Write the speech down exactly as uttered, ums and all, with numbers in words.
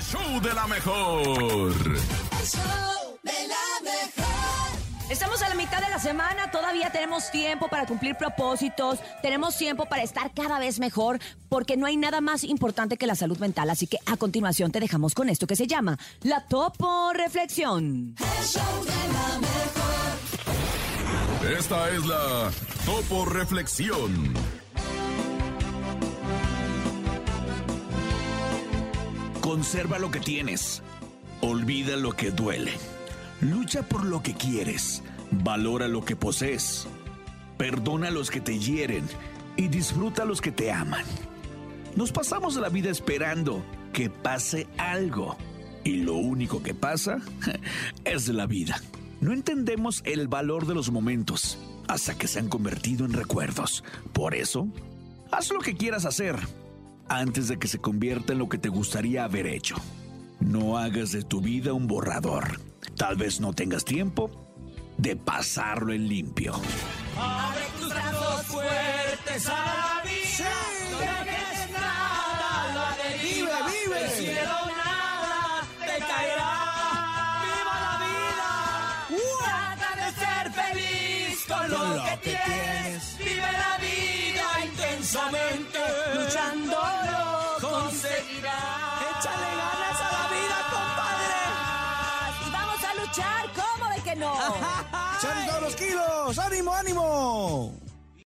show de la mejor. El show de la mejor. Estamos a la mitad de la semana, todavía tenemos tiempo para cumplir propósitos, tenemos tiempo para estar cada vez mejor, porque no hay nada más importante que la salud mental. Así que a continuación te dejamos con esto que se llama la Topo Reflexión. El show de la mejor. Esta es la Topo Reflexión. Conserva lo que tienes. Olvida lo que duele. Lucha por lo que quieres. Valora lo que posees. Perdona a los que te hieren y disfruta a los que te aman. Nos pasamos la vida esperando que pase algo. Y lo único que pasa es la vida. No entendemos el valor de los momentos hasta que se han convertido en recuerdos. Por eso, haz lo que quieras hacer antes de que se convierta en lo que te gustaría haber hecho. No hagas de tu vida un borrador. Tal vez no tengas tiempo de pasarlo en limpio. Abre tus brazos fuertes a la vida. No dejes nada, la deriva. Vive, vive. Del cielo nada te caerá. ¡Viva la vida! Trata de ser feliz con lo, Con lo que, que tienes. tienes. Vive la vida intensamente. Luchándolo conseguirás. Échale ganas a la vida, compadre. Y vamos a luchar, ¿cómo de que no? ¡Echan todos los kilos! ¡Ánimo, ánimo!